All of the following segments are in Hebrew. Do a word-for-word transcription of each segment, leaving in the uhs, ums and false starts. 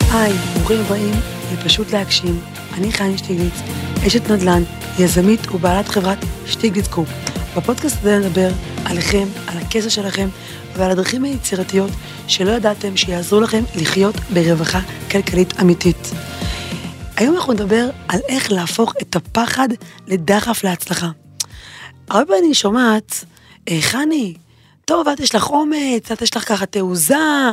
היי, ברוכים הבאים לפשוט להגשים. אני חני שטיגליץ, אשת נדל"ן, יזמית ובעלת חברת שטיגליץ קופ. בפודקאסט הזה נדבר עליכם, על הכסף שלכם ועל הדרכים היצירתיות שלא ידעתם שיעזרו לכם לחיות ברווחה כלכלית אמיתית. היום אנחנו נדבר על איך להפוך את הפחד לדחף להצלחה. הרבה פעמים אני שומעת, חני, טוב, את יש לך אומץ, את יש לך ככה תעוזה,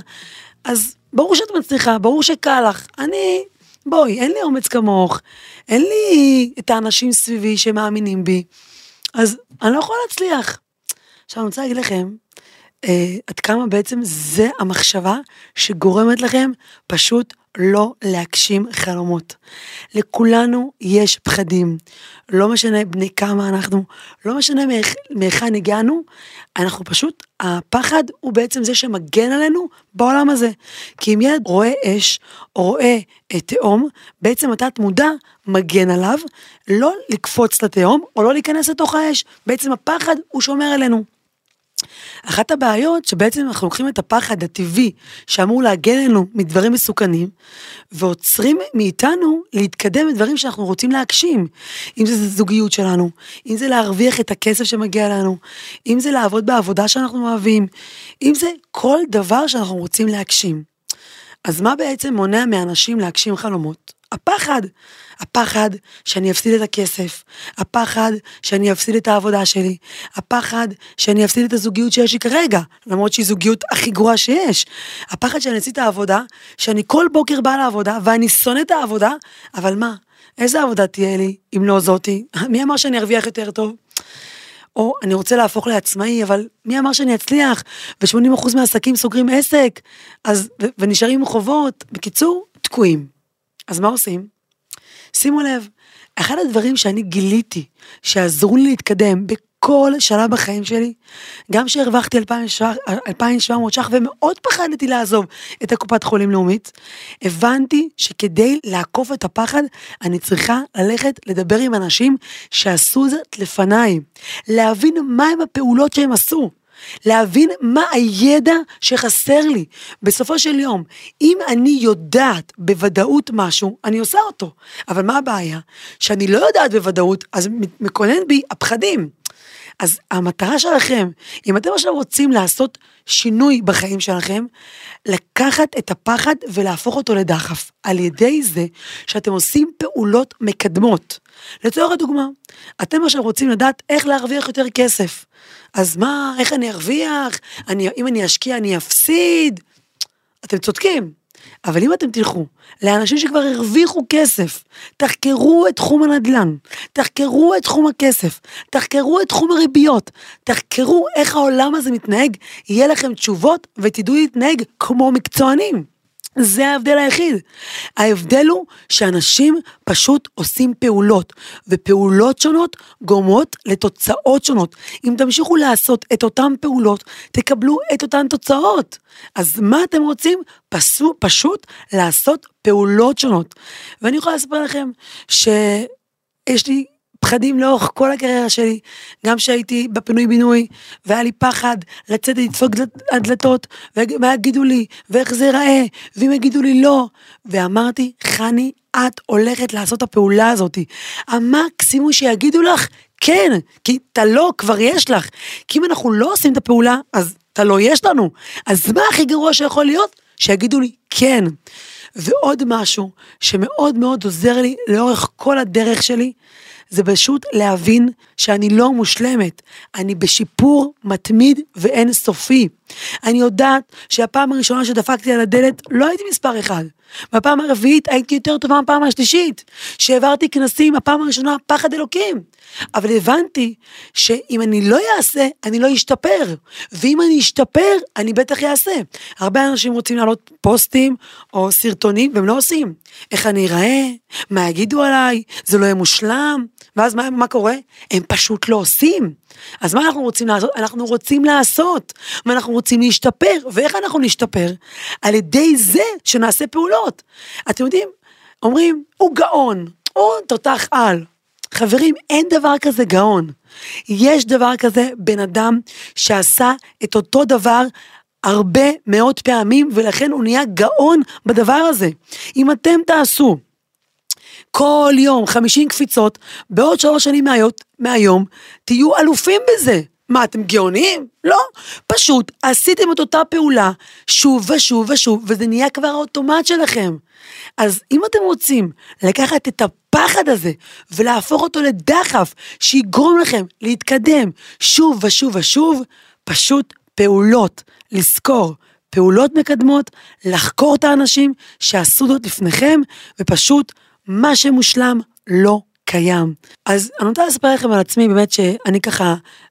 אז ברור שאת מצליחה, ברור שקל לך. אני, בואי, אין לי אומץ כמוך, אין לי את האנשים סביבי שמאמינים בי, אז אני לא יכולה להצליח. עכשיו אני רוצה להגיד לכם, אה, עד כמה בעצם זה המחשבה שגורמת לכם פשוט לא להגשים חלומות. לכולנו יש פחדים, לא משנה בני כמה אנחנו, לא משנה מאיכן הגענו, אנחנו פשוט, הפחד הוא בעצם זה שמגן עלינו בעולם הזה. כי אם ילד רואה אש או רואה תאום, בעצם התת מודע מגן עליו, לא לקפוץ לתאום או לא להיכנס לתוך האש. בעצם הפחד הוא שומר עלינו. אחת הבעיות שבעצם אנחנו לוקחים את הפחד הטבעי שאמור להגן לנו מדברים מסוכנים ועוצרים מאיתנו להתקדם מדברים שאנחנו רוצים להגשים, אם זה זוגיות שלנו, אם זה להרוויח את הכסף שמגיע לנו, אם זה לעבוד בעבודה שאנחנו אוהבים, אם זה כל דבר שאנחנו רוצים להגשים. אז מה בעצם מונע מאנשים להגשים חלומות? הפחד, הפחד שאני אפסיד את הכסף, הפחד שאני אפסיד את העבודה שלי, הפחד שאני אפסיד את הזוגיות שיש לי כרגע, למרות שהיא זוגיות הכי גרועה שיש, הפחד שאני אפסיד את העבודה, שאני כל בוקר באה לעבודה, ואני שונא את העבודה, אבל מה, איזה עבודה תהיה לי, אם לא זאתי? מי אמר שאני ארוויח יותר טוב? או אני רוצה להפוך לעצמאי, אבל מי אמר שאני אצליח? ו-שמונים אחוז מהעסקים סוגרים עסק, אז, ו- ונשארים עם חובות, בקיצור, תקועים. אז מה עושים? שימו לב, אחד הדברים שאני גיליתי שעזרו לי להתקדם בכל שלב בחיים שלי, גם שהרווחתי אלפיים ושבע מאות ש"ח ומאוד פחדתי לעזוב את הקופת חולים לאומית, הבנתי שכדי לעקוף את הפחד, אני צריכה ללכת לדבר עם אנשים שעשו זאת לפניי, להבין מה הם הפעולות שהם עשו, להבין מה הידע שחסר לי. בסופו של יום, אם אני יודעת בוודאות משהו, אני עושה אותו. אבל מה הבעיה? שאני לא יודעת בוודאות, אז מקונן בי הפחדים. אז המטרה שלכם, אם אתם עכשיו רוצים לעשות שינוי בחיים שלכם, לקחת את הפחד ולהפוך אותו לדחף, על ידי זה שאתם עושים פעולות מקדמות. לצורך הדוגמה, אתם עכשיו רוצים לדעת איך להרוויח יותר כסף. אז מה, איך אני ארוויח? אני, אם אני אשקיע, אני אפסיד. אתם צודקים. אבל אם אתם תלכו לאנשים שכבר הרוויחו כסף, תחקרו את תחום הנדל"ן, תחקרו את תחום הכסף, תחקרו את תחום הריביות, תחקרו איך העולם הזה מתנהג, יהיה לכם תשובות ותדעו להתנהג כמו מקצוענים. זה ההבדל היחיד. ההבדל הוא שאנשים פשוט עושים פעולות, ופעולות שונות גורמות לתוצאות שונות. אם תמשיכו לעשות את אותן פעולות, תקבלו את אותן תוצאות. אז מה אתם רוצים? פסו, פשוט לעשות פעולות שונות. ואני יכולה לספר לכם שיש לי פחדים לאורך כל הקריירה שלי, גם שהייתי בפינוי בינוי, והיה לי פחד לצאת לדפוק הדלתות, ומה יגידו לי, ואיך זה ייראה, ואם יגידו לי לא, ואמרתי, חני, את הולכת לעשות את הפעולה הזאת, המקסימום שיגידו לך, כן, כי אתה לא, כבר יש לך, כי אם אנחנו לא עושים את הפעולה, אז אתה לא יש לנו, אז מה הכי גרוע שיכול להיות? שיגידו לי, כן. ועוד משהו שמאוד מאוד עוזר לי לאורך כל הדרך שלי, זה פשוט להבין שאני לא מושלמת, אני בשיפור מתמיד ואין סופי. אני יודעת שהפעם הראשונה שדפקתי על הדלת לא הייתי מספר אחד, בפעם הרביעית הייתי יותר טובה מהפעם השלישית, שהעברתי כנסים הפעם הראשונה פחד אלוקים, אבל הבנתי שאם אני לא אעשה, אני לא אשתפר, ואם אני אשתפר, אני בטח אעשה. הרבה אנשים רוצים לעלות פוסטים או סרטונים, והם לא עושים. איך אני אראה? מה יגידו עליי? זה לא יהיה מושלם? ואז מה, מה קורה? הם פשוט לא עושים. אז מה אנחנו רוצים לעשות? אנחנו רוצים לעשות. מה אנחנו רוצים להשתפר? ואיך אנחנו נשתפר? על ידי זה שנעשה פעולות. אתם יודעים, אומרים, הוא גאון, הוא תותח על. חברים, אין דבר כזה גאון. יש דבר כזה בן אדם שעשה את אותו דבר הרבה מאוד פעמים, ולכן הוא נהיה גאון בדבר הזה. אם אתם תעשו כל יום חמישים קפיצות, בעוד שלוש שנים מהיום, תהיו אלופים בזה. מה, אתם גאונים? לא. פשוט עשיתם את אותה פעולה שוב ושוב ושוב, וזה נהיה כבר האוטומט שלכם. אז אם אתם רוצים לקחת את הפחד הזה, ולהפוך אותו לדחף, שיגרום לכם להתקדם שוב ושוב ושוב, פשוט פעולות, לזכור, פעולות מקדמות, לחקור את האנשים שעשו זאת לפניכם, ופשוט מה שמושלם לא קיים. אז אני רוצה לספר לכם על עצמי, באמת שאני ככה,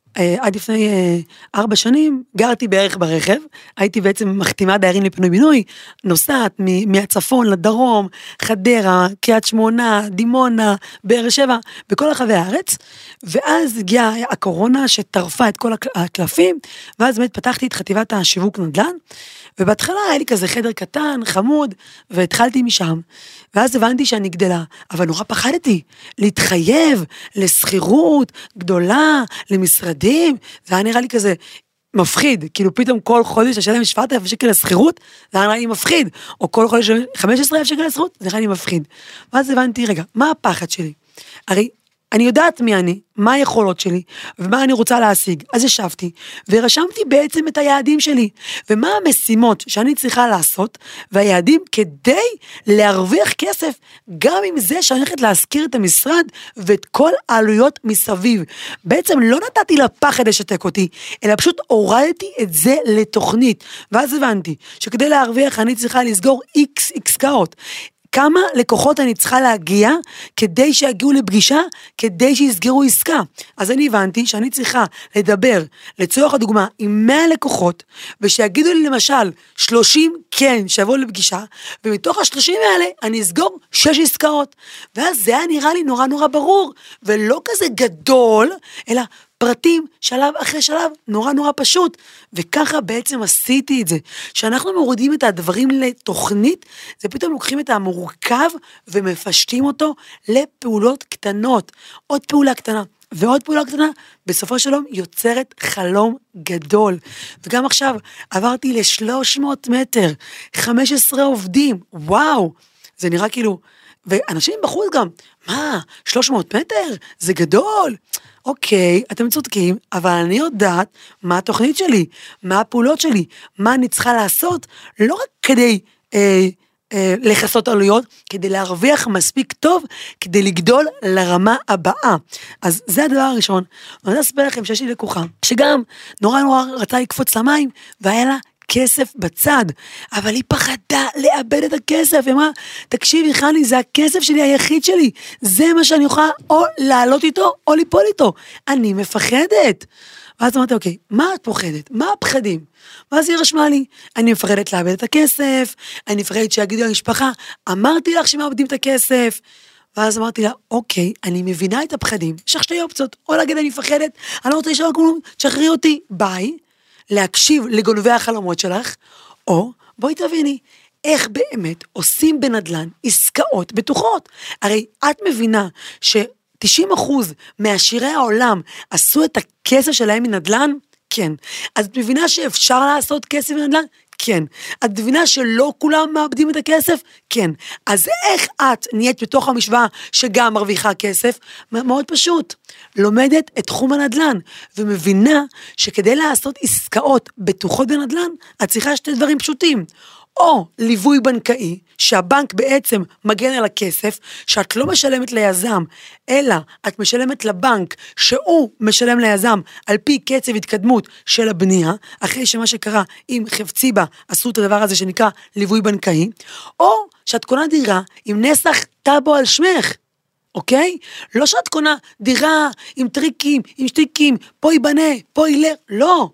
עד לפני ארבע שנים, גרתי בערך ברכב, הייתי בעצם מחתימה דיירים לפינוי בינוי, נוסעת מהצפון לדרום, חדרה, קריית שמונה, דימונה, באר שבע, בכל רחבי הארץ, ואז הגיעה הקורונה שטרפה את כל הקלפים, ואז באמת פתחתי את חטיבת השיווק נדל"ן, ובהתחלה היה לי כזה חדר קטן, חמוד, והתחלתי משם, ואז הבנתי שאני גדלה, אבל נורא פחדתי להתחייב לסחירות גדולה, למשרדים, זה היה נראה לי כזה מפחיד, כאילו פתאום כל חודש לשלם שבעת אלפים שקל לסחירות, זה היה נראה לי מפחיד, או כל חודש חמישה עשר אלף שקל לסחירות, זה נראה לי מפחיד. ואז הבנתי, רגע, מה הפחד שלי? הרי אני יודעת מי אני, מה היכולות שלי, ומה אני רוצה להשיג. אז ישבתי, ורשמתי בעצם את היעדים שלי, ומה המשימות שאני צריכה לעשות, והיעדים כדי להרוויח כסף, גם עם זה שאני הולכת להזכיר את המשרד, ואת כל העלויות מסביב. בעצם לא נתתי לפחד לשתק אותי, אלא פשוט הורדתי את זה לתוכנית, ואז הבנתי, שכדי להרוויח אני צריכה לסגור איקס עסקאות, כמה לקוחות אני צריכה להגיע, כדי שיגיעו לפגישה, כדי שיסגרו עסקה. אז אני הבנתי שאני צריכה לדבר, לצורך הדוגמה, עם מאה לקוחות, ושיגידו לי למשל, שלושים כן, שיבואו לפגישה, ומתוך השלושים האלה, אני אסגור שש עסקאות. ואז זה היה נראה לי נורא נורא ברור, ולא כזה גדול, אלא פרטים, שלב אחרי שלב, נורא נורא פשוט, וככה בעצם עשיתי את זה, שאנחנו מורידים את הדברים לתוכנית, זה פתאום לוקחים את המורכב, ומפשטים אותו לפעולות קטנות, עוד פעולה קטנה, ועוד פעולה קטנה, בסופו של יום יוצרת חלום גדול, וגם עכשיו עברתי ל-שלוש מאות מטר, חמישה עשר עובדים, וואו, זה נראה כאילו, ואנשים בחוץ גם, מה, שלוש מאות מטר? זה גדול, אוקיי, אתם צודקים, אבל אני יודעת מה התוכנית שלי, מה הפעולות שלי, מה אני צריכה לעשות, לא רק כדי אה, אה, לחסות עלויות, כדי להרוויח מספיק טוב, כדי לגדול לרמה הבאה. אז זה הדבר הראשון. אני רוצה לספר לכם שיש לי לקוחה, שגם נורא נורא רצה לקפוץ למים, והיה לה כסף בצד, אבל היא פחדה לאבד את הכסף, היא אמרה, תקשיבי חני, זה הכסף שלי היחיד שלי, זה מה שאני יכולה או לעלות איתו, או ליפול איתו, אני מפחדת. ואז אמרתי, אוקיי, מה את פוחדת? מה הפחדים? ואז היא רשמה לי, אני מפחדת לאבד את הכסף, אני מפחדת שיגידו למשפחה, אמרתי לך שמאבדים את הכסף, ואז אמרתי לה, אוקיי, אני מבינה את הפחדים, יש לך שתי אופציות, או להגיד אני מפחדת, אני לא רוצה לשאול כלום, תשחררי אותי, ביי, להקשיב לגונבי החלומות שלך, או בואי תביני, איך באמת עושים בנדלן עסקאות בטוחות. הרי את מבינה ש-תשעים אחוז מעשירי העולם עשו את הכסף שלהם מנדלן? כן. אז את מבינה שאפשר לעשות כסף מנדלן? כן. את מבינה שלא כולם מאבדים את הכסף? כן. אז איך את נהיית בתוך המשוואה שגם מרוויחה כסף? מאוד פשוט. לומדת את תחום הנדלן, ומבינה שכדי לעשות עסקאות בטוחות בנדלן, את צריכה שתי דברים פשוטים. או ליווי בנקאי, שהבנק בעצם מגן על הכסף, שאת לא משלמת ליזם, אלא את משלמת לבנק, שהוא משלם ליזם, על פי קצב התקדמות של הבנייה, אחרי שמה שקרה עם חפציבה, עשו את הדבר הזה שנקרא ליווי בנקאי, או שאת קונה דירה עם נסח טאבו על שמך, אוקיי? לא שאת קונה דירה עם טריקים, עם שטיקים, פה ייבנה, פה ילך, לא.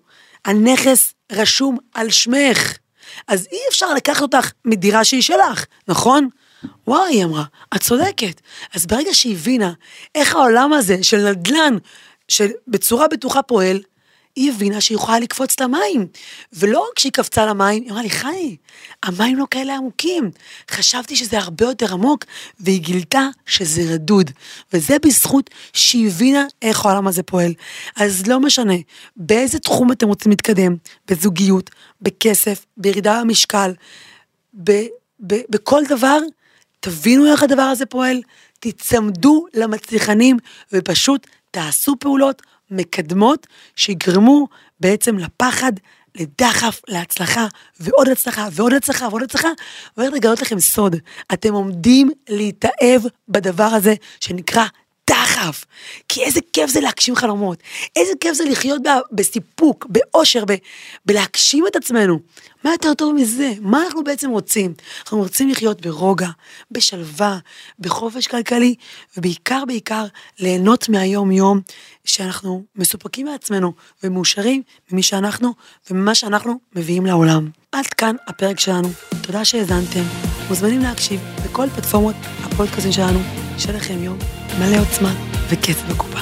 הנכס רשום על שמך. אז אי אפשר לקחת אותך מדירה שהיא שלך, נכון? וואי, היא אמרה, את צודקת. אז ברגע שהיא הבינה איך העולם הזה של נדל"ן, שבצורה בטוחה פועל, היא הבינה שהיא יכולה לקפוץ למים, ולא כשהיא קפצה למים, היא אמרה לי, חי, המים לא כאלה עמוקים, חשבתי שזה הרבה יותר עמוק, והיא גילתה שזה רדוד, וזה בזכות שהיא הבינה איך העולם הזה פועל. אז לא משנה, באיזה תחום אתם רוצים להתקדם, בזוגיות, בכסף, בירידה במשקל, ב- ב- בכל דבר, תבינו איך הדבר הזה פועל, תצמדו למצליחנים, ופשוט תעשו פעולות מקדמות, שיגרמו בעצם לפחד, לדחף, להצלחה, ועוד הצלחה, ועוד הצלחה, ועוד הצלחה, ואני לגלות לכם סוד, אתם עומדים להתאהב בדבר הזה, שנקרא דחף, כי איזה כיף זה להגשים חלומות, איזה כיף זה לחיות בסיפוק, באושר, ב- בלהגשים את עצמנו, מה יותר טוב מזה? מה אנחנו בעצם רוצים? אנחנו רוצים לחיות ברוגע, בשלווה, בחופש כלכלי, ובעיקר בעיקר ליהנות מהיום יום, שאנחנו מסופקים מעצמנו, ומאושרים ממי שאנחנו, וממה שאנחנו מביאים לעולם. עד כאן הפרק שלנו, תודה שהאזנתם, מוזמנים להקשיב בכל פלטפורמות הפודקאסטים שלנו, שיהיה לכם יום מלא עוצמה וכסף בקופה.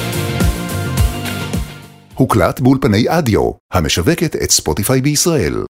הוקלט באולפני אדיו, המשווקת את ספוטיפיי בישראל.